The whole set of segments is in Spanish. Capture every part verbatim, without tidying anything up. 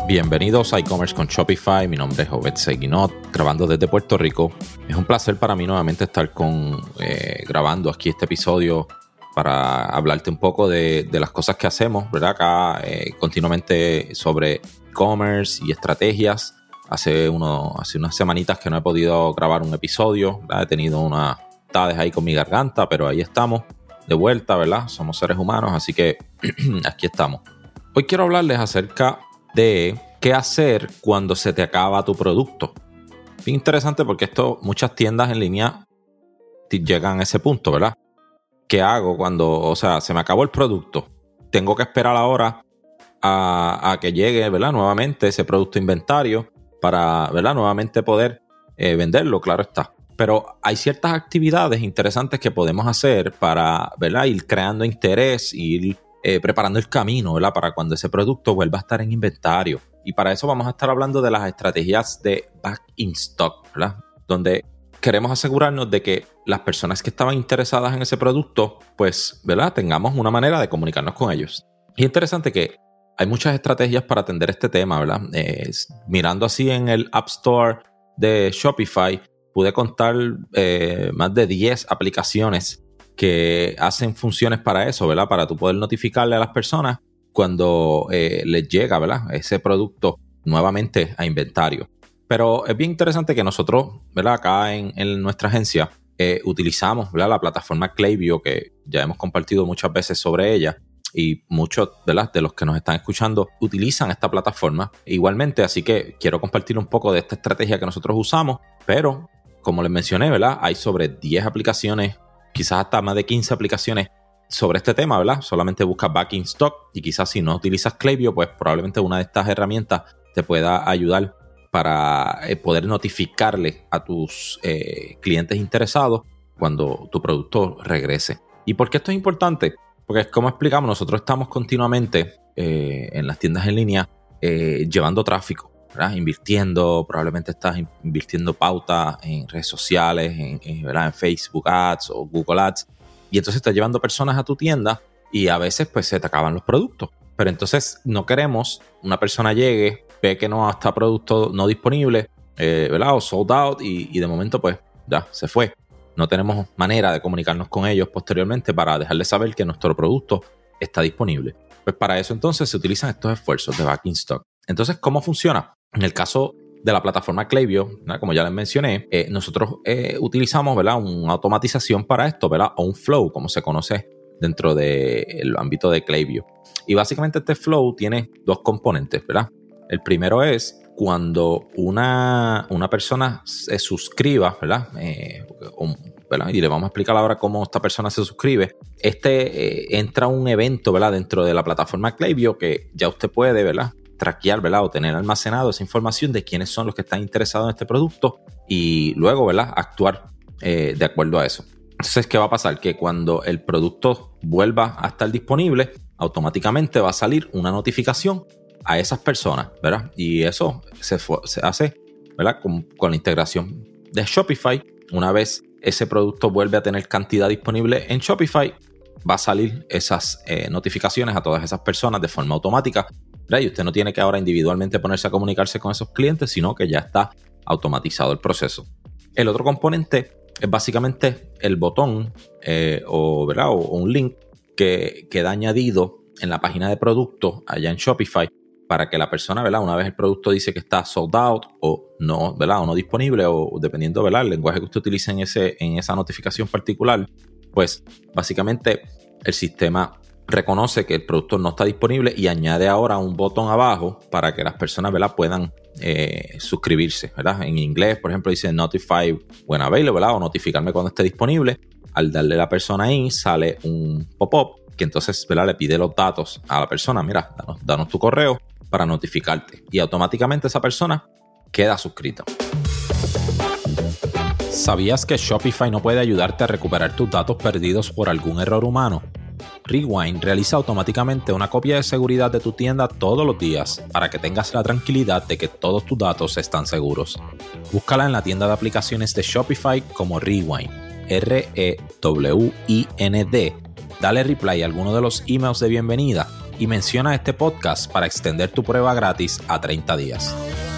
Bienvenidos a e-commerce con Shopify. Mi nombre es Obed Seguinot, grabando desde Puerto Rico. Es un placer para mí nuevamente estar con, eh, grabando aquí este episodio para hablarte un poco de, de las cosas que hacemos, ¿verdad? Acá eh, continuamente sobre e-commerce y estrategias. Hace, uno, hace unas semanitas que no he podido grabar un episodio, ¿verdad? He tenido unas tardes ahí con mi garganta, pero ahí estamos de vuelta, ¿verdad? Somos seres humanos, así que aquí estamos. Hoy quiero hablarles acerca de qué hacer cuando se te acaba tu producto. Bien interesante porque esto, muchas tiendas en línea llegan a ese punto, ¿verdad? ¿Qué hago cuando, o sea, se me acabó el producto? Tengo que esperar ahora a, a que llegue, ¿verdad? Nuevamente ese producto inventario para, ¿verdad? Nuevamente poder eh, venderlo, claro está. Pero hay ciertas actividades interesantes que podemos hacer para, ¿verdad? Ir creando interés, ir Eh, preparando el camino, ¿verdad? Para cuando ese producto vuelva a estar en inventario. Y para eso vamos a estar hablando de las estrategias de back in stock, ¿verdad? Donde queremos asegurarnos de que las personas que estaban interesadas en ese producto, pues, ¿verdad? Tengamos una manera de comunicarnos con ellos. Y es interesante que hay muchas estrategias para atender este tema, ¿verdad? Eh, mirando así en el App Store de Shopify, pude contar eh, más de diez aplicaciones que hacen funciones para eso, ¿verdad? Para tú poder notificarle a las personas cuando eh, les llega, ¿verdad? Ese producto nuevamente a inventario. Pero es bien interesante que nosotros, ¿verdad? Acá en, en nuestra agencia eh, utilizamos, ¿verdad? La plataforma Klaviyo, que ya hemos compartido muchas veces sobre ella, y muchos, ¿verdad? De los que nos están escuchando utilizan esta plataforma igualmente, así que quiero compartir un poco de esta estrategia que nosotros usamos, pero como les mencioné, ¿verdad? Hay sobre diez aplicaciones, quizás hasta más de quince aplicaciones sobre este tema, ¿verdad? Solamente buscas back in stock y quizás si no utilizas Klaviyo, pues probablemente una de estas herramientas te pueda ayudar para eh, poder notificarle a tus eh, clientes interesados cuando tu producto regrese. ¿Y por qué esto es importante? Porque como explicamos, nosotros estamos continuamente eh, en las tiendas en línea eh, llevando tráfico, ¿verdad? Invirtiendo, probablemente estás invirtiendo pauta en redes sociales, en, en, ¿verdad? En Facebook Ads o Google Ads, y entonces estás llevando personas a tu tienda y a veces pues se te acaban los productos. Pero entonces no queremos una persona llegue, ve que no está producto no disponible, eh, ¿verdad? O sold out y, y de momento pues ya se fue. No tenemos manera de comunicarnos con ellos posteriormente para dejarles saber que nuestro producto está disponible. Pues para eso entonces se utilizan estos esfuerzos de back in stock. Entonces, ¿cómo funciona? En el caso de la plataforma Klaviyo, ¿verdad? Como ya les mencioné, eh, nosotros eh, utilizamos, ¿verdad? Una automatización para esto, ¿verdad? O un flow, como se conoce dentro del ámbito de Klaviyo. Y básicamente este flow tiene dos componentes, ¿verdad? El primero es cuando una, una persona se suscriba, ¿verdad? Eh, un, ¿verdad? Y le vamos a explicar ahora cómo esta persona se suscribe. Este eh, entra un evento, ¿verdad? Dentro de la plataforma Klaviyo que ya usted puede, ¿verdad? traquear, ¿verdad? O tener almacenado esa información de quiénes son los que están interesados en este producto y luego, ¿verdad? Actuar eh, de acuerdo a eso. Entonces, ¿qué va a pasar? Que cuando el producto vuelva a estar disponible, automáticamente va a salir una notificación a esas personas, ¿verdad? Y eso se, fue, se hace, ¿verdad? Con, con la integración de Shopify. Una vez ese producto vuelve a tener cantidad disponible en Shopify, va a salir esas eh, notificaciones a todas esas personas de forma automática, ¿verdad? Y usted no tiene que ahora individualmente ponerse a comunicarse con esos clientes, sino que ya está automatizado el proceso. El otro componente es básicamente el botón eh, o, ¿verdad? o, o un link que queda añadido en la página de producto allá en Shopify para que la persona, ¿verdad? Una vez el producto dice que está sold out o no, ¿verdad? O no disponible, o dependiendo, ¿verdad? El lenguaje que usted utilice en, ese, en esa notificación particular, pues básicamente el sistema reconoce que el producto no está disponible y añade ahora un botón abajo para que las personas, ¿verdad? puedan eh, suscribirse, ¿verdad? En inglés, por ejemplo, dice notify when available, ¿verdad? O notificarme cuando esté disponible. Al darle a la persona ahí, sale un pop-up que entonces, ¿verdad? Le pide los datos a la persona. Mira, danos, danos tu correo para notificarte. Y automáticamente esa persona queda suscrita. ¿Sabías que Shopify no puede ayudarte a recuperar tus datos perdidos por algún error humano? Rewind realiza automáticamente una copia de seguridad de tu tienda todos los días para que tengas la tranquilidad de que todos tus datos están seguros. Búscala en la tienda de aplicaciones de Shopify como Rewind, R E W I N D. Dale reply a alguno de los emails de bienvenida y menciona este podcast para extender tu prueba gratis a treinta días.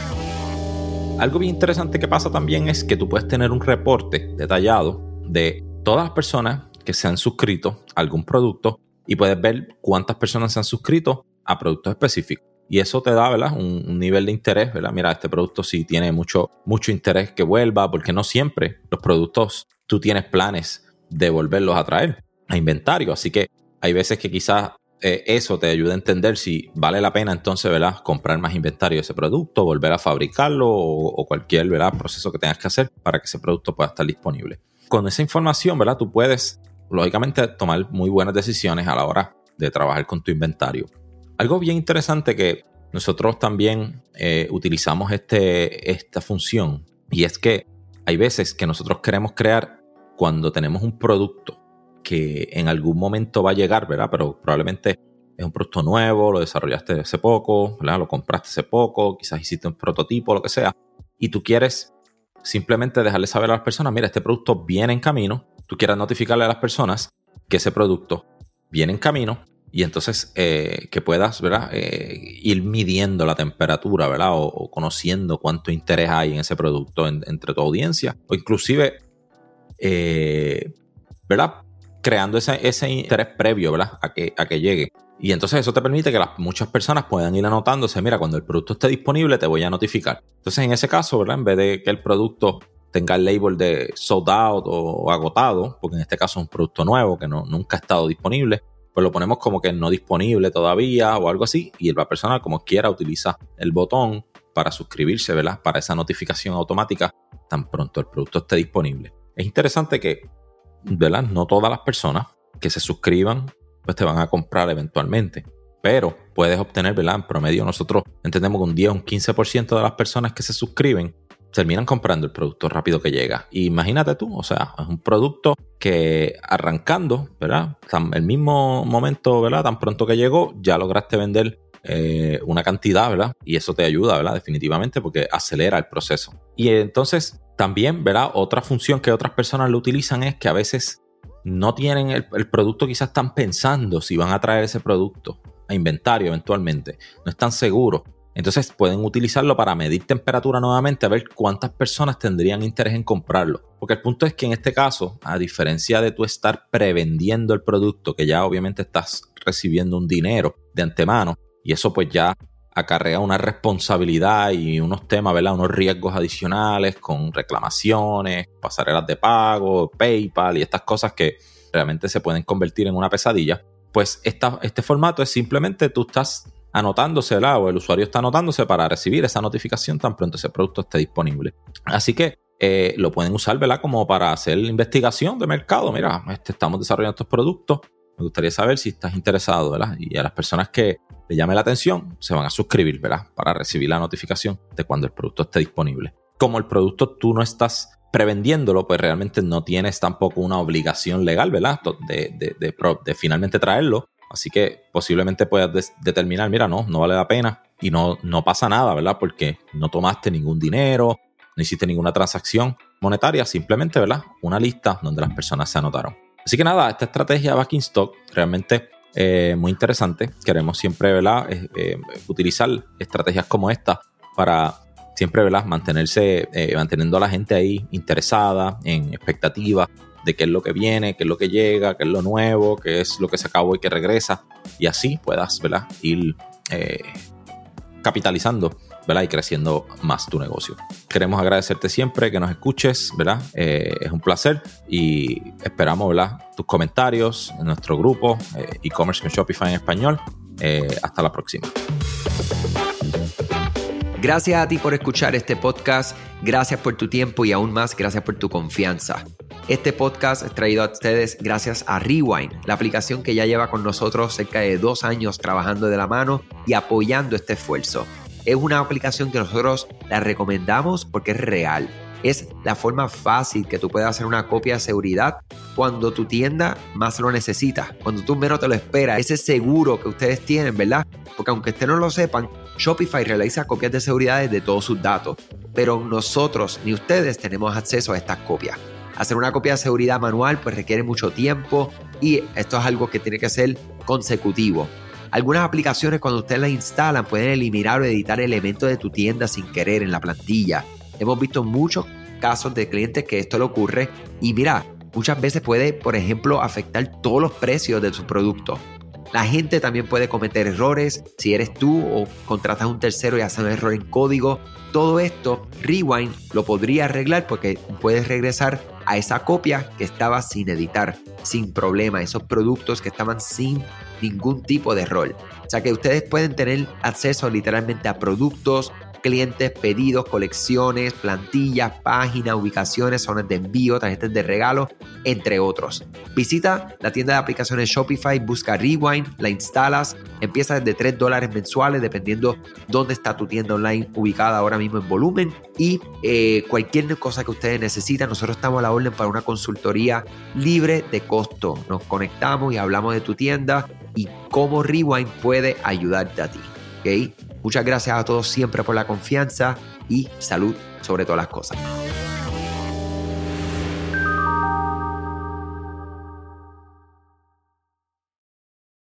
Algo bien interesante que pasa también es que tú puedes tener un reporte detallado de todas las personas que se han suscrito a algún producto y puedes ver cuántas personas se han suscrito a productos específicos. Y eso te da, ¿verdad?, un, un nivel de interés, ¿verdad? Mira, este producto sí tiene mucho, mucho interés que vuelva, porque no siempre los productos tú tienes planes de volverlos a traer a inventario. Así que hay veces que quizás eh, eso te ayuda a entender si vale la pena entonces, ¿verdad?, comprar más inventario de ese producto, volver a fabricarlo o, o cualquier, ¿verdad?, proceso que tengas que hacer para que ese producto pueda estar disponible. Con esa información, ¿verdad?, tú puedes, lógicamente, tomar muy buenas decisiones a la hora de trabajar con tu inventario. Algo bien interesante que nosotros también eh, utilizamos este, esta función, y es que hay veces que nosotros queremos crear cuando tenemos un producto que en algún momento va a llegar, ¿verdad? Pero probablemente es un producto nuevo, lo desarrollaste hace poco, ¿verdad? Lo compraste hace poco, quizás hiciste un prototipo, lo que sea, y tú quieres simplemente dejarle saber a las personas, mira, este producto viene en camino, tú quieras notificarle a las personas que ese producto viene en camino. Y entonces eh, que puedas, ¿verdad?, eh, ir midiendo la temperatura, ¿verdad?, o, o conociendo cuánto interés hay en ese producto en, entre tu audiencia, o inclusive, eh, ¿verdad?, creando ese, ese interés previo, ¿verdad?, a que, a que llegue. Y entonces eso te permite que las, muchas personas puedan ir anotándose, mira, cuando el producto esté disponible te voy a notificar. Entonces en ese caso, ¿verdad?, en vez de que el producto tenga el label de sold out o agotado, porque en este caso es un producto nuevo que no, nunca ha estado disponible, pues lo ponemos como que no disponible todavía o algo así, y la persona como quiera utiliza el botón para suscribirse, ¿verdad?, para esa notificación automática tan pronto el producto esté disponible. Es interesante que, ¿verdad?, no todas las personas que se suscriban pues te van a comprar eventualmente, pero puedes obtener, ¿verdad?, en promedio nosotros entendemos que un diez o un quince por ciento de las personas que se suscriben terminan comprando el producto rápido que llega. Y imagínate tú, o sea, es un producto que arrancando, ¿verdad?, el mismo momento, ¿verdad?, tan pronto que llegó, ya lograste vender eh, una cantidad, ¿verdad? Y eso te ayuda, ¿verdad?, definitivamente, porque acelera el proceso. Y entonces también, ¿verdad?, otra función que otras personas lo utilizan es que a veces no tienen el, el producto, quizás están pensando si van a traer ese producto a inventario eventualmente, no están seguros. Entonces pueden utilizarlo para medir temperatura nuevamente, a ver cuántas personas tendrían interés en comprarlo. Porque el punto es que en este caso, a diferencia de tú estar prevendiendo el producto, que ya obviamente estás recibiendo un dinero de antemano, y eso pues ya acarrea una responsabilidad y unos temas, ¿verdad?, unos riesgos adicionales con reclamaciones, pasarelas de pago, PayPal y estas cosas que realmente se pueden convertir en una pesadilla. Pues esta, este formato es simplemente tú estás anotándose, ¿verdad?, o el usuario está anotándose para recibir esa notificación tan pronto ese producto esté disponible. Así que eh, lo pueden usar, ¿verdad?, como para hacer investigación de mercado. Mira, este, estamos desarrollando estos productos, me gustaría saber si estás interesado, ¿verdad? Y a las personas que le llame la atención se van a suscribir, ¿verdad?, para recibir la notificación de cuando el producto esté disponible. Como el producto tú no estás prevendiéndolo, pues realmente no tienes tampoco una obligación legal, ¿verdad?, de, de, de, de, de finalmente traerlo. Así que posiblemente puedas des- determinar, mira, no, no vale la pena y no, no pasa nada, ¿verdad?, porque no tomaste ningún dinero, no hiciste ninguna transacción monetaria, simplemente, ¿verdad?, una lista donde las personas se anotaron. Así que nada, esta estrategia Back in Stock realmente eh, muy interesante. Queremos siempre, ¿verdad?, eh, eh, utilizar estrategias como esta para siempre, ¿verdad?, mantenerse, eh, manteniendo a la gente ahí interesada, en expectativa de qué es lo que viene, qué es lo que llega, qué es lo nuevo, qué es lo que se acabó y que regresa, y así puedas, ¿verdad?, ir eh, capitalizando, ¿verdad?, y creciendo más tu negocio. Queremos agradecerte siempre que nos escuches, ¿verdad? Eh, es un placer y esperamos, ¿verdad?, tus comentarios en nuestro grupo eh, e-commerce con Shopify en español. Eh, hasta la próxima. Gracias a ti por escuchar este podcast, gracias por tu tiempo y aún más gracias por tu confianza. Este podcast es traído a ustedes gracias a Rewind, la aplicación que ya lleva con nosotros cerca de dos años trabajando de la mano y apoyando este esfuerzo. Es una aplicación que nosotros la recomendamos porque es real. Es la forma fácil que tú puedes hacer una copia de seguridad cuando tu tienda más lo necesita, cuando tú menos te lo esperas. Ese seguro que ustedes tienen, ¿verdad? Porque aunque ustedes no lo sepan, Shopify realiza copias de seguridad de todos sus datos, pero nosotros ni ustedes tenemos acceso a estas copias. Hacer una copia de seguridad manual pues requiere mucho tiempo y esto es algo que tiene que ser consecutivo. Algunas aplicaciones, cuando ustedes las instalan, pueden eliminar o editar elementos de tu tienda sin querer en la plantilla. Hemos visto muchos casos de clientes que esto le ocurre y mira, muchas veces puede, por ejemplo, afectar todos los precios de su producto. La gente también puede cometer errores si eres tú o contratas a un tercero y hace un error en código. Todo esto, Rewind lo podría arreglar porque puedes regresar a esa copia que estaba sin editar, sin problema, esos productos que estaban sin ningún tipo de error. O sea que ustedes pueden tener acceso literalmente a productos, clientes, pedidos, colecciones, plantillas, páginas, ubicaciones, zonas de envío, tarjetas de regalo, entre otros. Visita la tienda de aplicaciones Shopify, busca Rewind, la instalas, empieza desde tres dólares mensuales dependiendo dónde está tu tienda online ubicada ahora mismo en volumen y eh, cualquier cosa que ustedes necesitan, nosotros estamos a la orden para una consultoría libre de costo. Nos conectamos y hablamos de tu tienda y cómo Rewind puede ayudarte a ti. ¿Okay? Muchas gracias a todos siempre por la confianza y salud sobre todas las cosas.